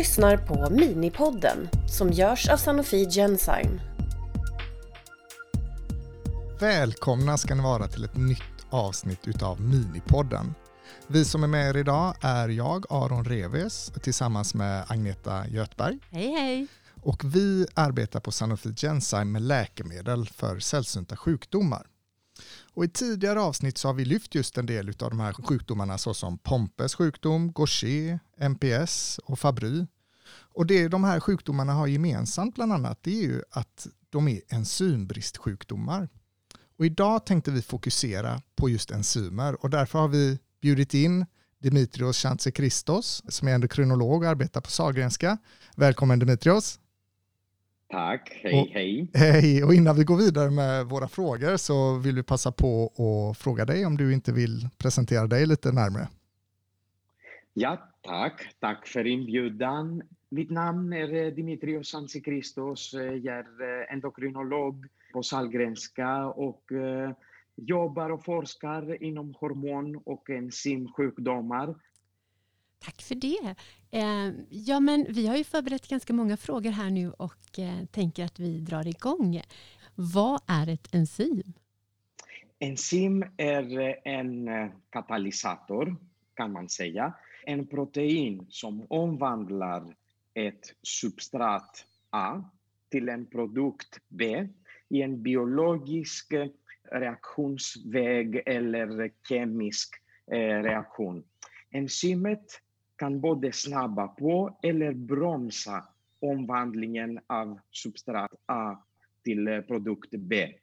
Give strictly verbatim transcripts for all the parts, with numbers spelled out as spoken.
lyssnar på Minipodden som görs av Sanofi Genzyme. Välkomna ska ni vara till ett nytt avsnitt utav Minipodden. Vi som är med er idag är jag, Aron Reves, tillsammans med Agneta Götberg. Hej hej! Och vi arbetar på Sanofi Genzyme med läkemedel för sällsynta sjukdomar. Och i tidigare avsnitt så har vi lyft just en del av de här sjukdomarna såsom Pompes sjukdom, Gaucher, M P S och Fabry. Och det de här sjukdomarna har gemensamt bland annat det är ju att de är enzymbristsjukdomar. Och idag tänkte vi fokusera på just enzymer och därför har vi bjudit in Dimitrios Chantsikristos som är endokrinolog och arbetar på Sahlgrenska. Välkommen Dimitrios! Tack, hej och, hej. Hej, och innan vi går vidare med våra frågor så vill vi passa på att fråga dig om du inte vill presentera dig lite närmare. Ja, tack. Tack för inbjudan. Mitt namn är Dimitrios Chantsikristos. Jag är endokrinolog på Sahlgrenska och jobbar och forskar inom hormon- och enzymsjukdomar. Tack för det. Eh, ja, men vi har ju förberett ganska många frågor här nu och eh, tänker att vi drar igång. Vad är ett enzym? Enzym är en katalysator kan man säga. En protein som omvandlar ett substrat A till en produkt B i en biologisk reaktionsväg eller kemisk eh, reaktion. Enzymet kan både snabba på eller bromsa omvandlingen av substrat A till produkt B.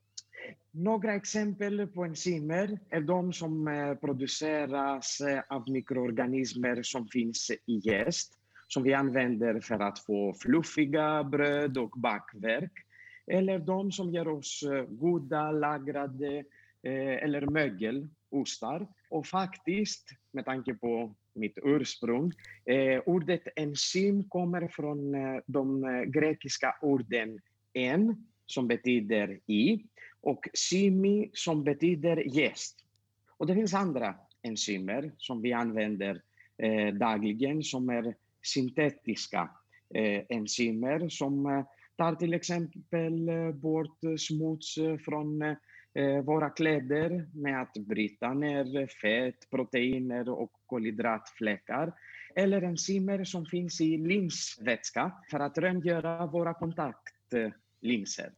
Några exempel på enzymer är de som produceras av mikroorganismer som finns i jäst, som vi använder för att få fluffiga bröd och bakverk, eller de som ger oss goda, lagrade eller mögelostar. Och faktiskt, med tanke på mitt ursprung, eh, ordet enzym kommer från eh, de grekiska orden en, som betyder i, och symi, som betyder jäst. Och det finns andra enzymer som vi använder eh, dagligen, som är syntetiska eh, enzymer, som eh, tar till exempel eh, bort smuts från eh, våra kläder med att bryta ner fett, proteiner och kolhydratfläckar. Eller enzymer som finns i linsvätska för att rengöra våra kontaktlinser.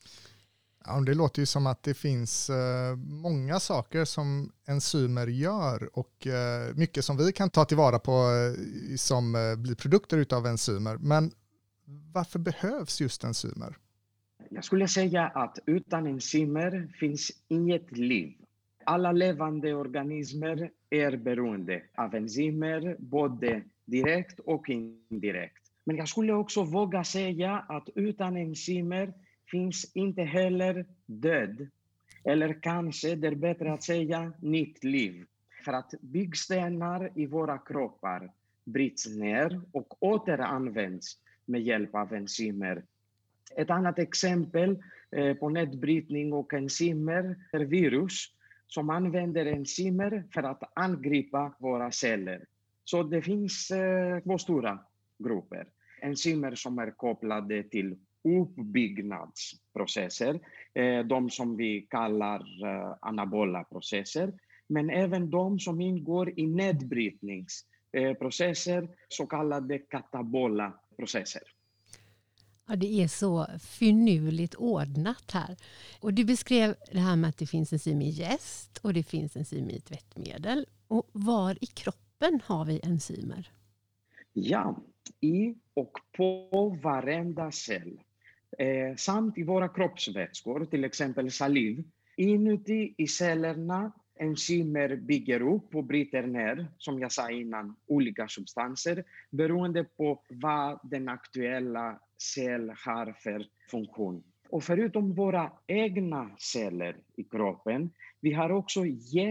Ja, det låter ju som att det finns uh, många saker som enzymer gör och uh, mycket som vi kan ta tillvara på uh, som uh, blir produkter utav enzymer. Men varför behövs just enzymer? Jag skulle säga att utan enzymer finns inget liv. Alla levande organismer är beroende av enzymer, både direkt och indirekt. Men jag skulle också våga säga att utan enzymer finns inte heller död. Eller kanske det är bättre att säga nytt liv. För att byggstenar i våra kroppar bryts ner och återanvänds med hjälp av enzymer. Ett annat exempel eh, på nedbrytning och enzymer är virus som använder enzymer för att angripa våra celler. Så det finns eh, två stora grupper. Enzymer som är kopplade till uppbyggnadsprocesser, eh, de som vi kallar eh, anabola processer, men även de som ingår i nedbrytningsprocesser, eh, så kallade katabola processer. Ja, det är så finurligt ordnat här. Och du beskrev det här med att det finns enzym i jäst och det finns enzym i tvättmedel. Och var i kroppen har vi enzymer? Ja, i och på varenda cell. Eh, samt i våra kroppsvätskor, till exempel saliv. Inuti i cellerna enzymer bygger upp och bryter ner, som jag sa innan, olika substanser beroende på vad den aktuella cell har för funktion. Och förutom våra egna celler i kroppen, vi har också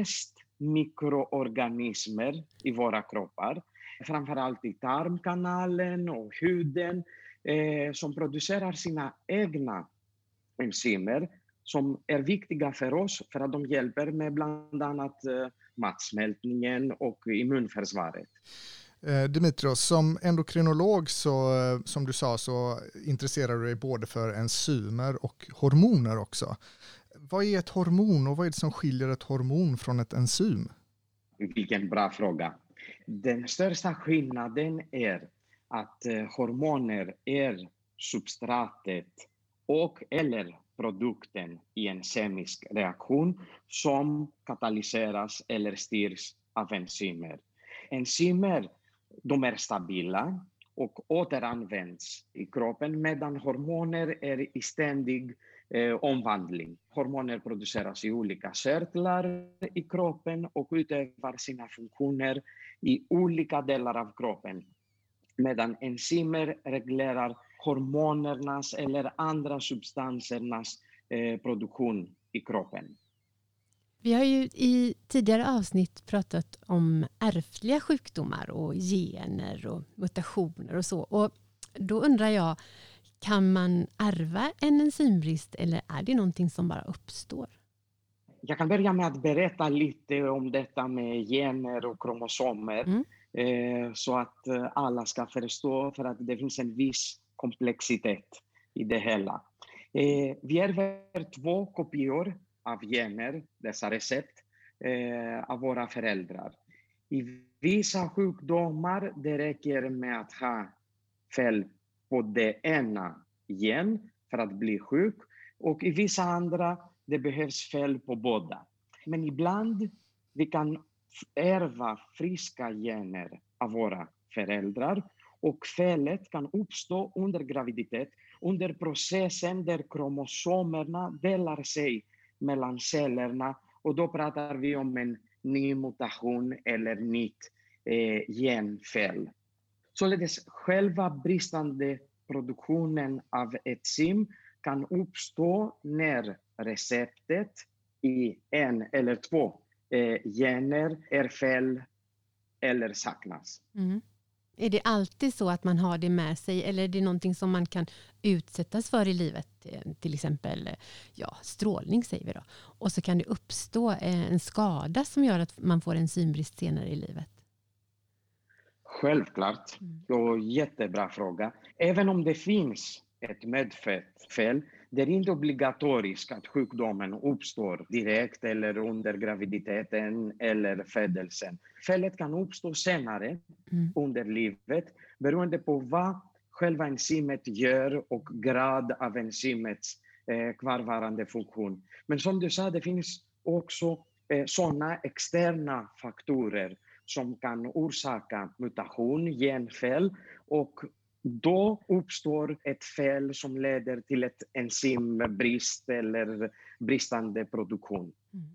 jästmikroorganismer i våra kroppar, framförallt i tarmkanalen och huden, eh, som producerar sina egna enzymer som är viktiga för oss för att de hjälper med bland annat eh, matsmältningen och immunförsvaret. Dimitrios, som endokrinolog så, som du sa, så intresserar du dig både för enzymer och hormoner också. Vad är ett hormon och vad är det som skiljer ett hormon från ett enzym? Vilken bra fråga. Den största skillnaden är att hormoner är substratet och eller produkten i en kemisk reaktion som katalyseras eller styrs av enzymer. Enzymer, de är stabila och återanvänds i kroppen, medan hormoner är i ständig eh, omvandling. Hormoner produceras i olika körtlar i kroppen och utövar sina funktioner i olika delar av kroppen, medan enzymer reglerar hormonernas eller andra substansernas eh, produktion i kroppen. Vi har ju i tidigare avsnitt pratat om ärftliga sjukdomar och gener och mutationer och så. Och då undrar jag, kan man ärva en enzymbrist eller är det någonting som bara uppstår? Jag kan börja med att berätta lite om detta med gener och kromosomer. Mm. Eh, så att eh, alla ska förstå, för att det finns en viss komplexitet i det hela. Eh, vi ärver två kopior av gener, dessa recept, eh, av våra föräldrar. I vissa sjukdomar det räcker med att ha fel på det ena gen för att bli sjuk, och i vissa andra det behövs fel på båda. Men ibland vi kan ärva friska gener av våra föräldrar, och felet kan uppstå under graviditet, under processen där kromosomerna delar sig mellan cellerna, och då pratar vi om en ny mutation eller nytt eh, genfel. Således själva bristande produktionen av ett enzym kan uppstå när receptet i en eller två eh, gener är fel eller saknas. Mm. Är det alltid så att man har det med sig, eller är det någonting som man kan utsättas för i livet? Till exempel ja, strålning säger vi då. Och så kan det uppstå en skada som gör att man får en enzymbrist senare i livet. Självklart. Och jättebra fråga. Även om det finns ett medfött fel, det är inte obligatoriskt att sjukdomen uppstår direkt eller under graviditeten eller födelsen. Felet kan uppstå senare mm. under livet, beroende på vad själva enzymet gör och grad av enzymets eh, kvarvarande funktion. Men som du sa, det finns också eh, sådana externa faktorer som kan orsaka mutation, genfel, och då uppstår ett fel som leder till ett enzymbrist eller bristande produktion. Mm.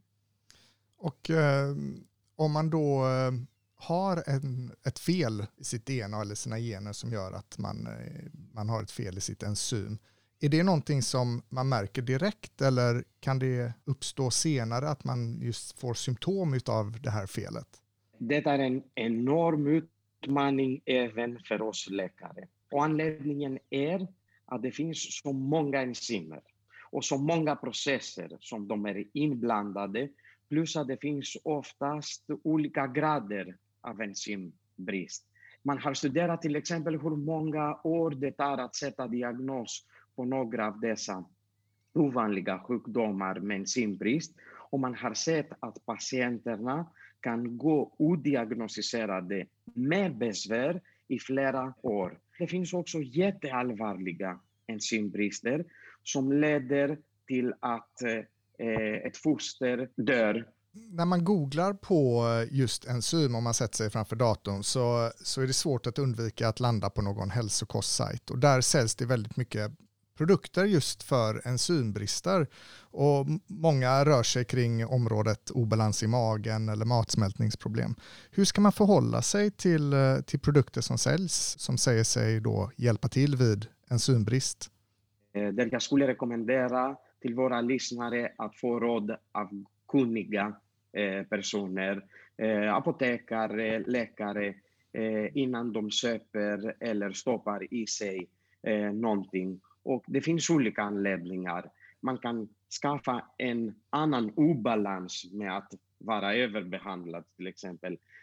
Och eh, om man då eh, har en, ett fel i sitt D N A eller sina gener som gör att man, eh, man har ett fel i sitt enzym, är det någonting som man märker direkt, eller kan det uppstå senare att man just får symptom av det här felet? Det är en enorm utmaning även för oss läkare. Och anledningen är att det finns så många enzymer och så många processer som de är inblandade, plus att det finns oftast olika grader av enzymbrist. Man har studerat till exempel hur många år det tar att sätta diagnos på några av dessa ovanliga sjukdomar med enzymbrist, och man har sett att patienterna kan gå odiagnostiserade med besvär i flera år. Det finns också jätteallvarliga enzymbrister som leder till att eh, ett foster dör. När man googlar på just enzym, om man sätter sig framför datorn, så, så är det svårt att undvika att landa på någon hälsokostsajt. Och där säljs det väldigt mycket produkter just för enzymbrister, och många rör sig kring området obalans i magen eller matsmältningsproblem. Hur ska man förhålla sig till, till produkter som säljs som säger sig då hjälpa till vid enzymbrist? Där jag skulle rekommendera till våra lyssnare att få råd av kunniga personer, apotekare, läkare, innan de köper eller stoppar i sig någonting. Och det finns olika anledningar. Man kan skaffa en annan obalans med att vara överbehandlad till exempel.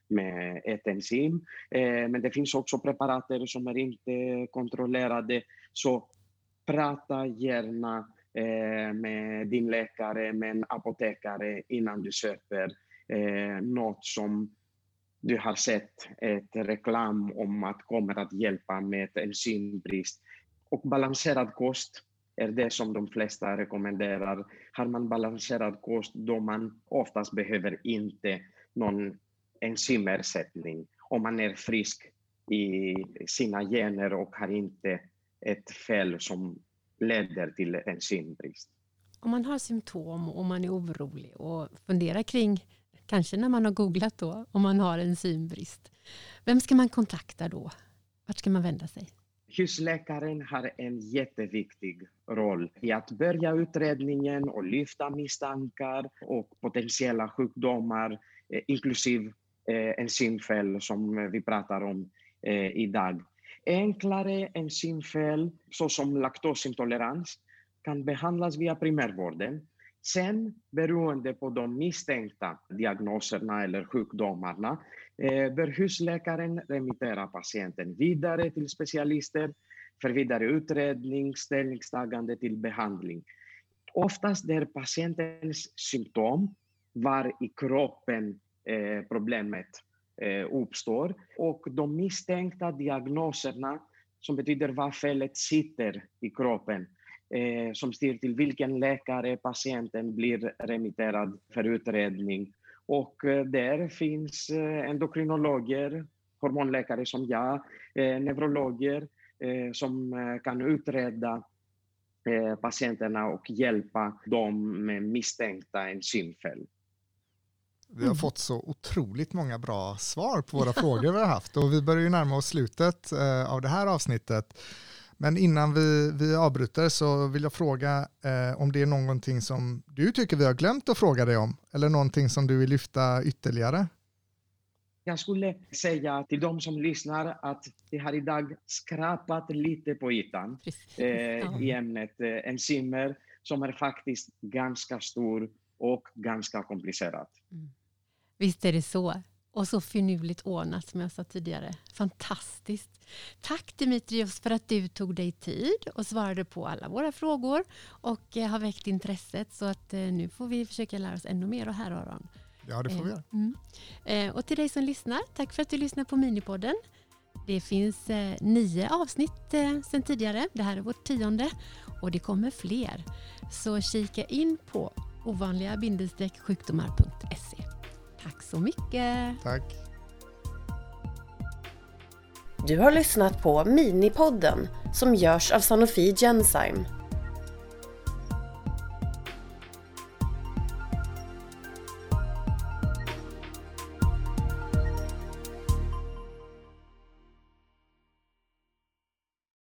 med ett enzym. Eh, men det finns också preparater som är inte kontrollerade. Så prata gärna eh, med din läkare, med en apotekare innan du köper eh, något som du har sett ett reklam om att kommer att hjälpa med enzymbrist. Och balanserad kost är det som de flesta rekommenderar. Har man balanserad kost då man oftast behöver inte någon enzymersättning. Om man är frisk i sina gener och har inte ett fel som leder till enzymbrist. Om man har symptom och man är orolig och funderar kring, kanske när man har googlat då, om man har enzymbrist. Vem ska man kontakta då? Vart ska man vända sig? Husläkaren har en jätteviktig roll i att börja utredningen och lyfta misstankar och potentiella sjukdomar, eh, inklusive eh, enzymfel som vi pratar om eh, idag. Enklare enzymfel såsom laktosintolerans kan behandlas via primärvården. Sen, beroende på de misstänkta diagnoserna eller sjukdomarna, eh, bör husläkaren remittera patienten vidare till specialister för vidare utredning, ställningstagande till behandling. Oftast där patientens symptom, var i kroppen eh, problemet eh, uppstår, och de misstänkta diagnoserna, som betyder var felet sitter i kroppen, Eh, som styr till vilken läkare patienten blir remitterad för utredning. Och eh, där finns eh, endokrinologer, hormonläkare som jag, eh, neurologer eh, som eh, kan utreda eh, patienterna och hjälpa dem med misstänkta enzymfel. Vi har fått så otroligt många bra svar på våra frågor vi har haft, och vi börjar ju närma oss slutet eh, av det här avsnittet. Men innan vi, vi avbryter så vill jag fråga eh, om det är någonting som du tycker vi har glömt att fråga dig om, eller någonting som du vill lyfta ytterligare. Jag skulle säga till de som lyssnar att vi har idag skrapat lite på ytan eh, ja. i ämnet eh, enzymer, som är faktiskt ganska stor och ganska komplicerat. Mm. Visst är det så. Och så finurligt ordnat som jag sa tidigare. Fantastiskt. Tack Dimitrios för att du tog dig tid och svarade på alla våra frågor och eh, har väckt intresset, så att eh, nu får vi försöka lära oss ännu mer av här, Aron. Ja, det får vi göra. Eh, mm. eh, och till dig som lyssnar, tack för att du lyssnar på Minipodden. Det finns eh, nio avsnitt eh, sedan tidigare. Det här är vårt tionde och det kommer fler. Så kika in på ovanliga sjukdomar punkt se. Tack så mycket. Tack. Du har lyssnat på Minipodden som görs av Sanofi Genzyme.